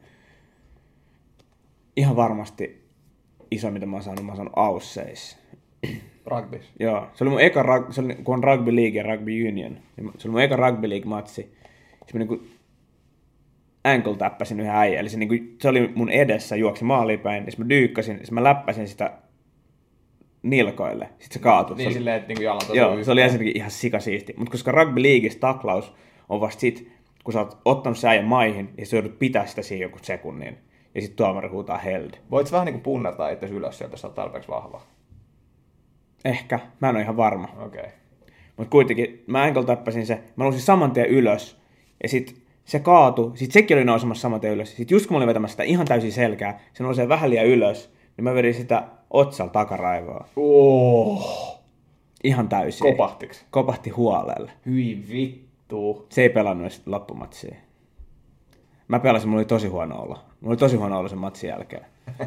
ihan varmasti iso, mitä mä oon saanut, mä oon saanut Ausseis. Rugbys. Joo, se oli mun eka, rug- se oli, kun on Rugby League ja Rugby Union, niin se oli mun eka Rugby League-matsi. Sitten mä niinku ankle-täppäsin yhden äijän, eli se, niinku, se oli mun edessä, juoksi maaliin päin, ja sitten mä dyykkasin, sitten mä läppäsin sitä nilkoille, sitten se kaatui. Niin se oli, silleen, että niinku jalat joo, se oli ensinnäkin ihan sikasiisti, mutta koska Rugby Leagueissa taklaus on vasta sit, kun sä oot ottanut se äijän maihin, ja sä joudut pitää sitä siinä joku sekunnin, ja sitten tuomari huutaa held. Voit vähän niinku punnata itse ylös sieltä, jos sä oot tarpeeksi vahva. Ehkä, mä en ole ihan varma. Okei. Okay. Mutta kuitenkin mä ankle-täppäsin se, mä nousin saman tien ylös, ja sit se kaatui, sit sekin oli nousemassa samaten ylös. Sitten just kun mä olin vetämässä sitä ihan täysin selkää, se nousee vähän liian ylös, niin mä vedin sitä otsalla takaraivoa. Oh. Ihan täysin. Kopahtiks? Kopahti huolelle. Hyi vittu. Se ei pelannut sitten loppumatsia. Mä pelasin, mulla oli tosi huono olla. Mulla oli tosi huono olla sen matsin jälkeen.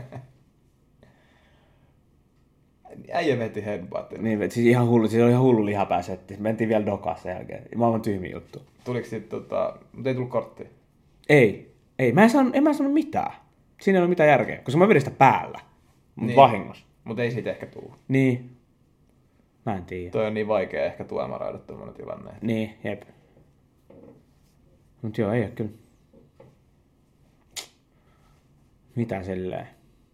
Äijä veti headbuttin. Niin, siis ihan hullu, siis oli ihan hullu lihapääsetti. Mentiin vielä dokaan sen jälkeen. Maailman tyhmin juttu. Tuliko sit tota, mutta ei tullut korttia? Ei, ei. Mä en saanut, en mä saanut mitään. Siinä ei ole mitään järkeä, koska mä vedin sitä päällä. Mut niin. Vahingossa. Mutta ei siitä ehkä tullut. Niin. Mä en tiedä. Toi on niin vaikea ehkä tuomaroida tommonen tilanne. Niin, jep. Mut joo, ei oo kyllä. Mitä silleen?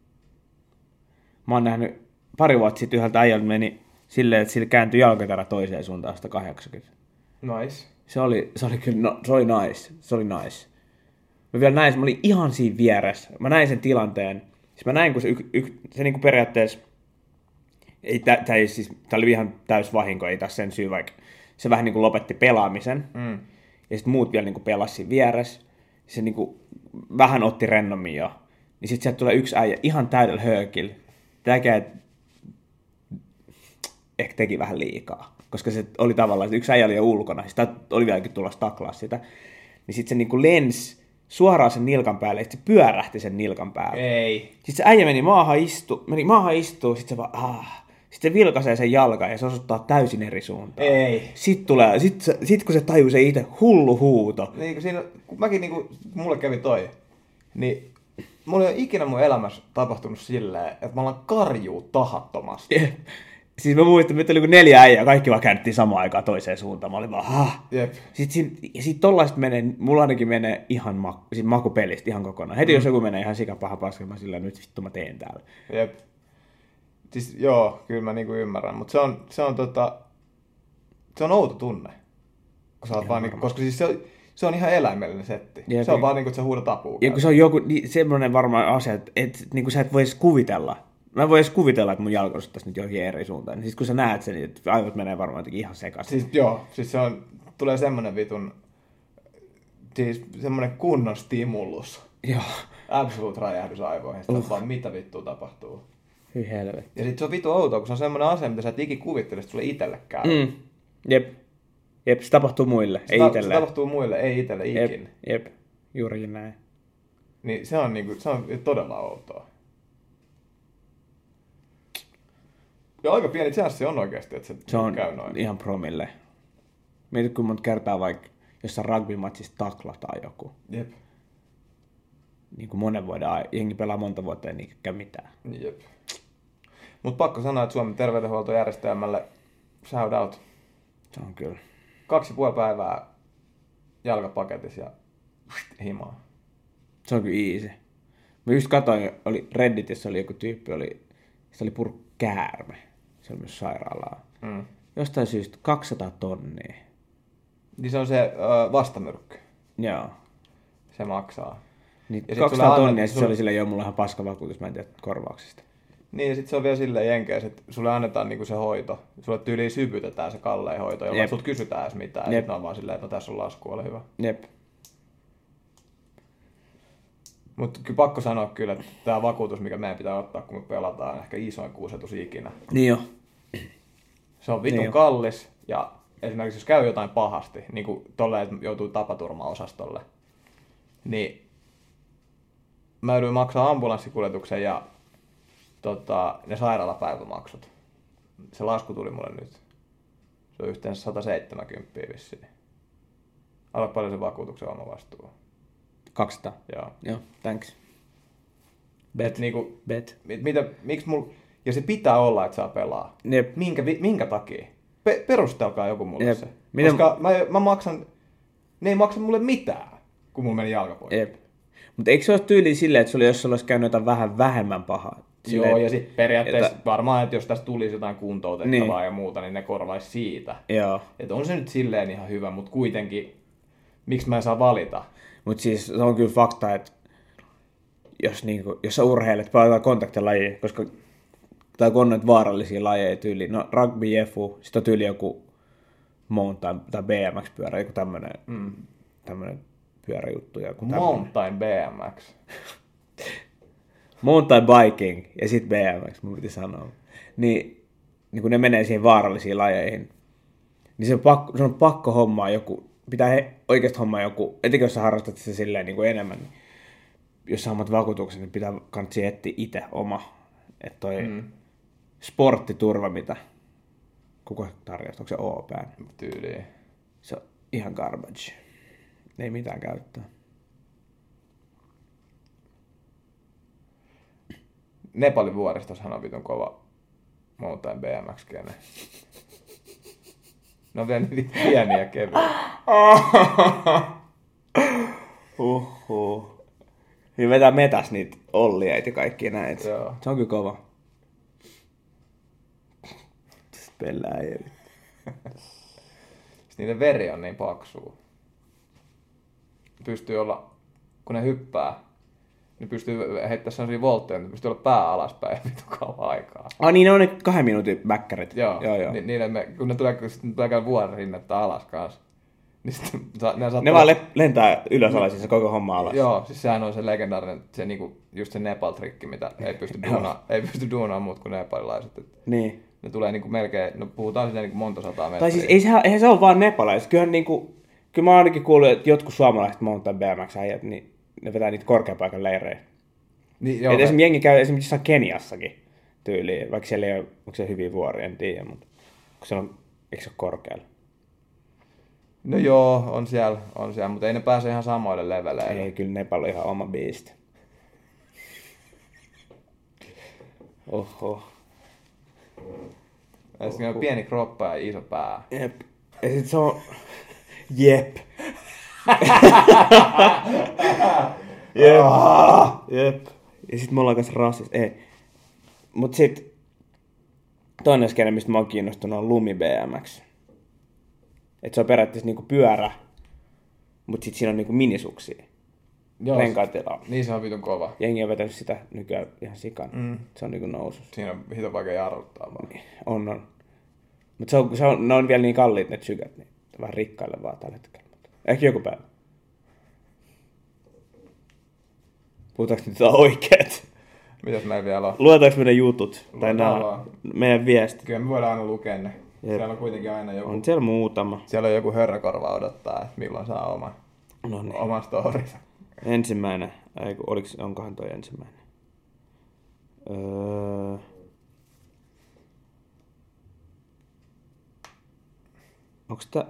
Mä oon nähnyt pari vuotta sitten yhdeltä äijältä meni silleen, että sillä kääntyi jalkatarä toiseen suuntaan sitä kahdeksankymmentä. Nice. Se oli, se oli kyllä, no, se oli nice. Se oli nice. Mä vielä näin, mä olin ihan siinä vieressä. Mä näin sen tilanteen. Siis mä näin, kun se, y, y, se niinku periaatteessa, ei, tä, tä, ei, siis, tää oli ihan täys vahinko, ei tässä sen syy, vaikka se vähän niinku lopetti pelaamisen. Mm. Ja sitten muut vielä niinku pelasi siinä vieressä. Se niinku vähän otti rennommin jo. Niin sit sieltä tulee yksi äijä ihan täydellä höökillä. Tääkään ehkä teki vähän liikaa. Koska se oli tavallaan, että yksi äijä oli jo ulkona. Sitä oli vieläkin tulossa taklaa sitä. Niin sit se niinku lensi suoraan sen nilkan päälle. Ja sit se pyörähti sen nilkan päälle. Ei. Sitten se äijä meni maahan istu, meni maahan istuu. Sit se vaan ah. Sitten se vilkaisee sen jalkan ja se osoittaa täysin eri suuntaan. Ei. Sitten tulee, sit, sit kun se tajuu se itse, hullu huuto. Niin kun siinä, kun mäkin niinku, kun mulle kävi toi, niin mulla ei ole ikinä mun elämässä tapahtunut silleen, että mä alan karjuu tahattomasti. Jep. Siis mä muistan, että oli kuin neljä äijää, kaikki vaan käännettiin samaan aikaan toiseen suuntaan. Mä olin vaan, hah. Jep. Sitten sit, sit tollaista menee, mulla ainakin menee ihan maku, siis makupelistä ihan kokonaan. Heti mm. jos joku menee ihan sikapaha paska, mä sillä nyt vittu mä teen täällä. Jep. Siis joo, kyllä mä niinku ymmärrän, mutta se on, se on tota, se on outo tunne. Kun sä oot vaan niinku, koska siis se on, se on ihan eläimellinen setti. Jep. Se on vaan niinku, että sä huudat apua. Ja kun se on joku, niin semmoinen varmaan asia, että et, niinku sä et vois kuvitella. Mä en voi edes kuvitella, että mun jalka osoittaisi nyt johonkin eri suuntaan. Siis kun sä näet sen, niin aivot menee varmaan jotenkin ihan sekaisin. Siis joo, siis se on, tulee semmonen vitun, siis semmonen kunnon stimulus. Joo. Absolute räjähdys aivoihin. Sitten uh. vaan mitä vittua tapahtuu. Hyi helvetti. Ja sit se on vitu outoa, kun se on semmonen asia, mitä sä et ikin kuvittele, että sulle itelle käy. Mm. Jep. Jep, se tapahtuu muille, se ei ta- itselle. Se tapahtuu muille, ei itselle ikin. Jep, jep. Juurikin näin. Niin se on, niinku, se on todella outoa. Ja aika pieni chanssi on oikeasti, että se, se on käy noin. Ihan promille. Mietit, kun monta kertaa vaikka jossain rugby-matsissa taklataan joku. Jep. Niin kuin monen vuoden ajan. Jengi pelaa monta vuotta, ei niinkö käy mitään. Jep. Mut pakko sanoa, että Suomen terveydenhuoltojärjestelmälle shout out. Se on kyllä. Kaksi puoli päivää jalkapaketissa ja himaa. Se on kyllä easy. Mä just katsoin, oli Redditissä oli joku tyyppi, oli, se oli purku käärme. Se oli myös sairaalaa. Mm. Jostain syystä kaksisataa tonnia. Niin se on se ö, vastamyrkky. Joo. Se maksaa. Niin kaksisataa tonnia ja sit se oli silleen, joo, mulla on ihan paskavakuutus, mä en tiedä korvauksista. Niin ja sit se on vielä silleen jenkeissä, että sulle annetaan niinku se hoito. Sulle tyyliin syvytetään se kallein hoito, jolla sut kysytään edes mitään. Ja sit on vaan silleen, että no tässä on lasku, ole hyvä. Jep. Mutta kyllä pakko sanoa kyllä, että tämä vakuutus, mikä meidän pitää ottaa, kun me pelataan, on ehkä isoin kuusetus ikinä. Niin jo. Se on vitun niin kallis, ja esimerkiksi jos käy jotain pahasti, niin kuin tolleen, että joutuu tapaturmaosastolle, niin mä jouduin maksaa ambulanssikuljetuksen ja tota, ne sairaalapäivämaksut. Se lasku tuli mulle nyt. Se on yhteensä sata seitsemänkymmentä vissiin. Arvoa paljon se vakuutuksen oma vastuu. kaksisataa. Joo. Joo, thanks. Bet. Niinku, Bet. Mit, mitä, miksi mul, ja se pitää olla, että saa pelaa. Jep. Minkä, minkä takia? Pe, perustelkaa joku mulle Jep. se. Miten... Koska mä, mä maksan, ne ei maksa mulle mitään, kun mulla meni jalkapoikki. Jep. Mutta eikö se ole tyyli silleen, että sulla jos sulla olisi käynyt jotain vähän vähemmän pahaa? Silleen, joo, ja sitten periaatteessa että... varmaan, että jos tästä tulisi jotain kuntoutettavaa niin. ja muuta, niin ne korvaisi siitä. Joo. Että on se nyt silleen ihan hyvä, mutta kuitenkin, miksi mä en saa valita? Mutta siis se on kyllä fakta, että jos, niinku, jos sä urheilet paljon kontaktilajia, koska tai on noita vaarallisia lajeja tyyli, no rugby, jefu, sit on tyyli joku mountain tai B M X-pyörä, joku tämmönen, mm. tämmönen pyöräjuttuja. Mountain B M X. Mountain biking ja sitten B M X, mun piti sanoa. Niin, niin kun ne menee siihen vaarallisiin lajeihin, niin se on pakko, se on pakko hommaa joku, pitää he, oikeasti hommaa joku, etenkin jos sä harrastat sitä silleen niin kuin enemmän, niin jos sä hommat vakuutuksen, niin pitää kannattaa etsiä itse oma. Että toi mm. sporttiturva, mitä kuka tarjoaa, onko se O-pään? Tyyliin. Se on ihan garbage. Ei mitään käyttää. Nepalin vuoristossahan on vitun kova mountain B M X-kene. Ne on vielä niitä pieniä kevyitä. Uhuh. Niin vetää metäs niitä ollieita ja kaikki näitä. Joo. Se on kyllä kova. Pellää ei. Sitten niiden veri on niin paksua. Pystyy olla, kun ne hyppää, niin pystyy heittämään sellaisia voltteja, että pystyy olla pää alaspäin vittu kauan aikaa. Ah niin, ne on ne kahden minuutin bäkkärit. Joo, joo, joo. Ni, niille me, kun ne tulee, kun ne tulee käydä vuoren rinnettä alas kanssa. Niin sitten, ne, ne vaan le- lentää ylös alas, siis se koko homma alas. Joo, siis sehän on se legendaarinen, se niinku, just se Nepal-trikki, mitä ei pysty duunaan, ei pysty duunaan muut kuin nepalilaiset. Niin. Ne tulee niinku melkein, no puhutaan sinne niinku monta sataa metriä. Tai siis ei se, eihän se ole vaan nepalaiset. Kyllähän niinku, kyllä mä oon ainakin kuullut, että jotkut suomalaiset mountain B M X-äijät, niin ne vetää niitä korkeapaikan leirejä. Niin, joo. Et esimerkiksi jengi käy esimerkiksi jossain Keniassakin tyyliin, vaikka siellä ei ole, onko se hyviä vuoria, en tiedä, mutta se on, eikö se ole korkealla? No joo, on siellä, on siellä, mutta ei ne pääse ihan samoille leveleille. Ei, kyllä Nepal on ihan oma biisti. Oho. Ja sitten on pieni kroppa ja iso pää. Jep. Ja sit se on... Jep. Jep. Jep. Ja sit me ollaan kanssa rasist. Ei. Mut sit... Toinen skene, mistä mä oon kiinnostunut, on Lumi B M X. Et se on periaatteessa niinku pyörä, mut sit siinä on niinku minisuksia. Renkaatila. Niin se on vitun kova. Jengi on vetänyt sitä nykyään ihan sikan. Mm. Se on niinku nousussa. Siinä on hito vaikea jarruttaa vaan. On, on. Mut se on, se on, ne on vielä niin kalliit ne sykät, niin vähän rikkaille vaan tällä hetkellä. Ehkä joku päivä. Puhutaanko nyt oikeet? Mitäs meillä vielä on? Luetaanko meidän jutut? Tai nää meidän viestit? Kyllä me voidaan aina lukea ne. Jep. Siellä on kuitenkin aina joku... On siellä muutama. Siellä on joku hörrökorva odottaa, että milloin saa oma, no niin. oma storinsa. Ensimmäinen. Eiku, oliks, onkohan toi ensimmäinen? Öö... Onks tää...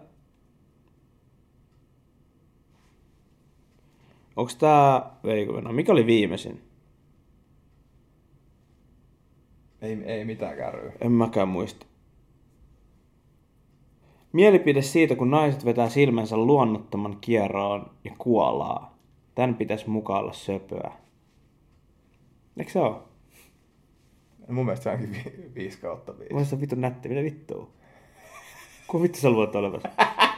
Onks tää... Eiku, no mikä oli viimeisin? Ei, ei mitään kärryä. En mäkään muista. Mielipide siitä, kun naiset vetää silmänsä luonnottoman kieroon ja kuolaa. Tän pitäisi mukaan olla söpöä. Eikö se oo? Mun mielestä se onkin vi- viisi kautta viisi. Mun mielestä on vittu nätti. Mitä vittua? Kuka vittu sä luot olevassa?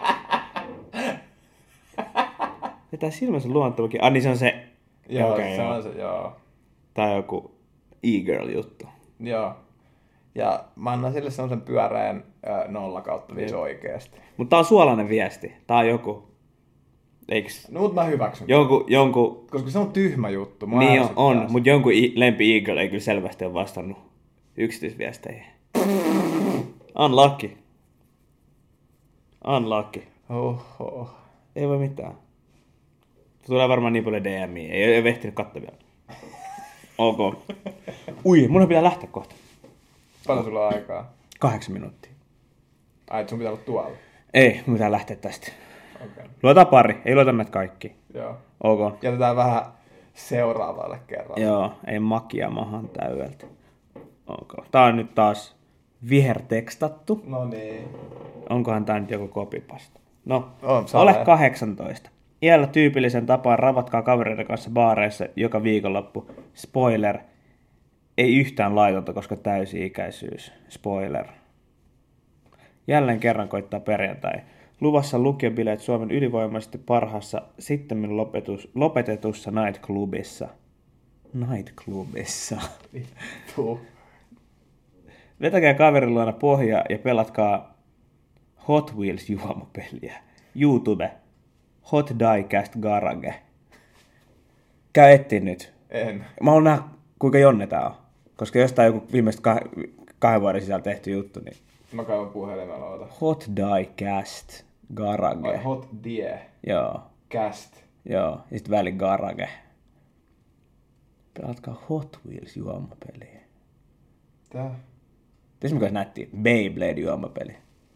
Vetää silmänsä luonnottoman kieroon. Ah niin se on se... Joo, okay, se joo. on se, joo. Tää on joku e-girl juttu. Joo. Ja mä annan sille sellaisen pyöreän nolla kautta viisi oikeesti. Mutta tää on suolainen viesti. Tää on joku... Eiks? No mut mä hyväksyn. Jonkun... jonkun... Koska se on tyhmä juttu. Mä niin on, on mutta jonkun lempi eagle ei kyllä selvästi ole vastannut yksityisviesteihin. Unlucky. Unlucky. Oho. Ei voi mitään. Tulee varmaan niin paljon D M:iä. Ei ole ehtinyt katsoa vielä. Ok. Ui, mun pitää lähteä kohta. Paljon sulla on aikaa? Kahdeksan minuuttia. Ai, et sun pitää olla tuolla? Ei, mun pitää lähteä tästä. Okay. Luetaan pari, ei lueta näitä kaikki. Joo. Ok. Jätetään vähän seuraavalle kerralle. Joo, ei makia mahan täydeltä. Ok. Tää on nyt taas vihertekstattu. No niin. Onkohan tää nyt joku kopipasta? No, on, ole kahdeksantoista. Iällä tyypillisen tapaan ravatkaa kavereiden kanssa baareissa joka viikonloppu. Spoiler. Ei yhtään laitonta, koska täysi-ikäisyys. Spoiler. Jälleen kerran koittaa perjantai. Luvassa lukiobileet Suomen ylivoimaisesti parhaassa sittemmin lopetus, lopetetussa nightclubissa. Nightclubissa. Vittu. Vetäkää kaverin luona pohjaa ja pelatkaa Hot Wheels juomapeliä. YouTube. Hot Diecast Garage. Käy etsiä nyt. En. Mä haluan nähdä, kuinka jonne tää on. Koska jostain joku viimeistä kah- kahden vuoden sisällä tehty juttu, niin... Mä kaivan puhelimella, oota. Hot Diecast Garage. Ai Hot Die. Joo. Cast. Joo. Ja sit väli Garage. Pelatkaa Hot Wheels juomapeliä. Tää? Tässä mikä näytti Beyblade juomapeli.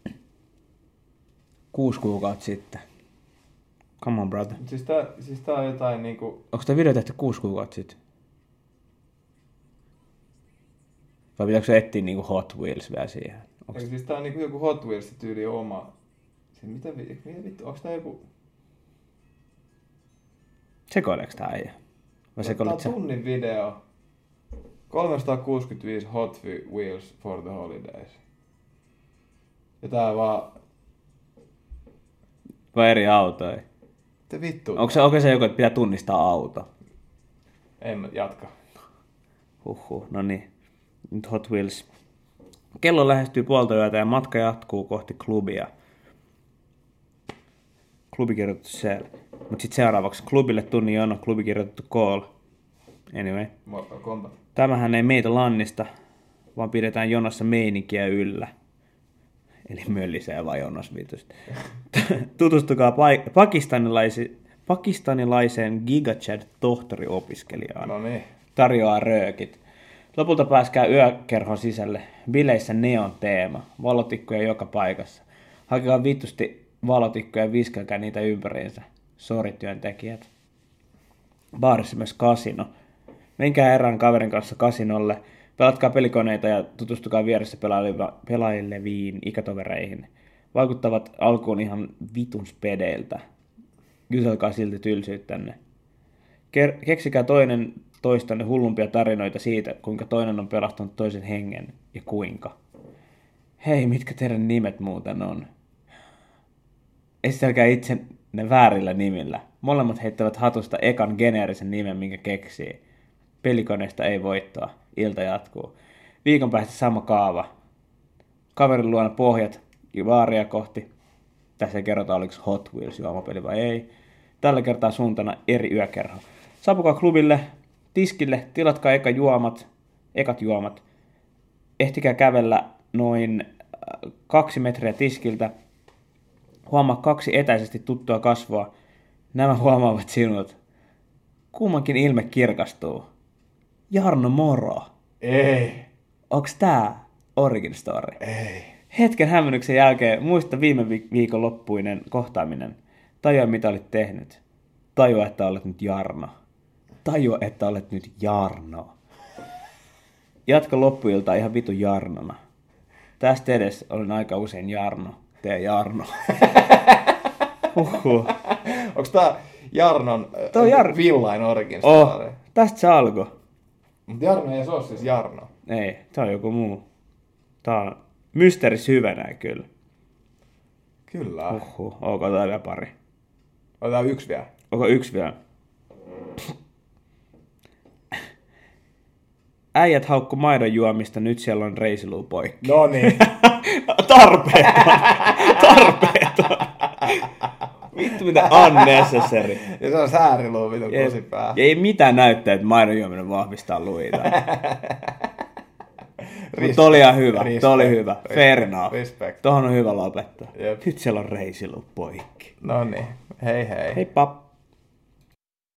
Kuusi kuukautta sitten. Come on, brother. Siis tää, siis tää on jotain niinku... Onko tää video tehty kuusi kuukautta sitten? Vai pitääkö se etsiä niinku Hot Wheels vielä siihen? Onks... Eikö siis tää on niinku joku Hot Wheels tyyli oma... Siis mitä, mitä vittu, onks tää joku... Sekoileeks tää äijä? Vai sekoilet Tää on tunnin video. kolmesataakuusikymmentäviisi Hot Wheels for the Holidays. Ja tää vaan... Vai eri autoja? Mitä vittu? Onko se, onko se joku, että pitää tunnistaa auto? En mä jatka. Huhhuh, no niin. Nyt Hot Wheels. Kello lähestyy puolta yötä ja matka jatkuu kohti klubia. Klubi kirjoitettu siellä. Mut sit seuraavaksi klubille tunnin jono, klubi kirjoitettu call. Anyway. Mortal Kombat. Tämähän ei meitä lannista, vaan pidetään jonossa meininkiä yllä. Eli möllisee vaan jonossa viitosta. Tutustukaa paik- pakistanilaisi- pakistanilaiseen GigaChad-tohtoriopiskelijaan. No niin. Tarjoaa röökit. Lopulta pääskää yökerhon sisälle. Bileissä neon teema. Valotikkuja joka paikassa. Hakekaa vittusti valotikkuja ja viskelkää niitä ympäriinsä. Sori työntekijät. Baarissa myös kasino. Menkää erään kaverin kanssa kasinolle. Pelatkaa pelikoneita ja tutustukaa vieressä pelaileviin ikätovereihin. Vaikuttavat alkuun ihan vitun spedeiltä. Jutelkaa silti tylsyyttänne. Ker- keksikää toinen toistanne hullumpia tarinoita siitä, kuinka toinen on pelastanut toisen hengen ja kuinka. Hei, mitkä teidän nimet muuten on? Esitelkää itsenne väärillä nimillä. Molemmat heittävät hatusta ekan geneerisen nimen, minkä keksii. Pelikoneesta ei voittoa. Ilta jatkuu. Viikon päästä sama kaava. Kaverin luona pohjat ja baaria kohti. Tässä ei kerrota, oliko Hot Wheels juomapeli vai ei. Tällä kertaa suuntana eri yökerho. Saapukaa klubille, tiskille, tilatkaa eka juomat, ekat juomat. Ehtikää kävellä noin kaksi metriä tiskiltä. Huomaa kaksi etäisesti tuttua kasvoa. Nämä huomaavat sinut. Kummankin ilme kirkastuu. Jarno moro. Ei. Onks tää origin story? Ei. Hetken hämmennyksen jälkeen muista viime viikon loppuinen kohtaaminen. Tajua mitä olit tehnyt. Tajua, että olet nyt Jarno. Tajua, että olet nyt Jarno. Jatka loppuilta ihan vitu Jarnona. Tästä edes olen aika usein Jarno. Tee Jarno. Huhhuh. Onks tää Jarnon Tää Jar... villain origin story? Oh, tästä se alkoi. Mut Jarno ei se oo siis Jarno. Ei, tää on joku muu. Tää on mysteeris hyvänä kyllä. Kyllä. Huhhuh, onko tää vielä pari? Otetaan yksi vielä. Onko yksi vielä? Äijät haukku maidon juomista, nyt siellä on reisiluu poikki. No niin. Tarpeeton. Tarpeeton. Vittu mitä unnecessary. Ja se on sääriluu vitun kusipää. Ja ei mitään näyttää, että maidon juominen vahvistaa luita. Mutta oli ihan hyvä. Respect. Tuo oli hyvä. Respect. Fair enough. Respect. Tuohon on hyvä lopettaa. Jep. Nyt siellä on reisiluu poikki. No niin. Hei hei. Hei pap.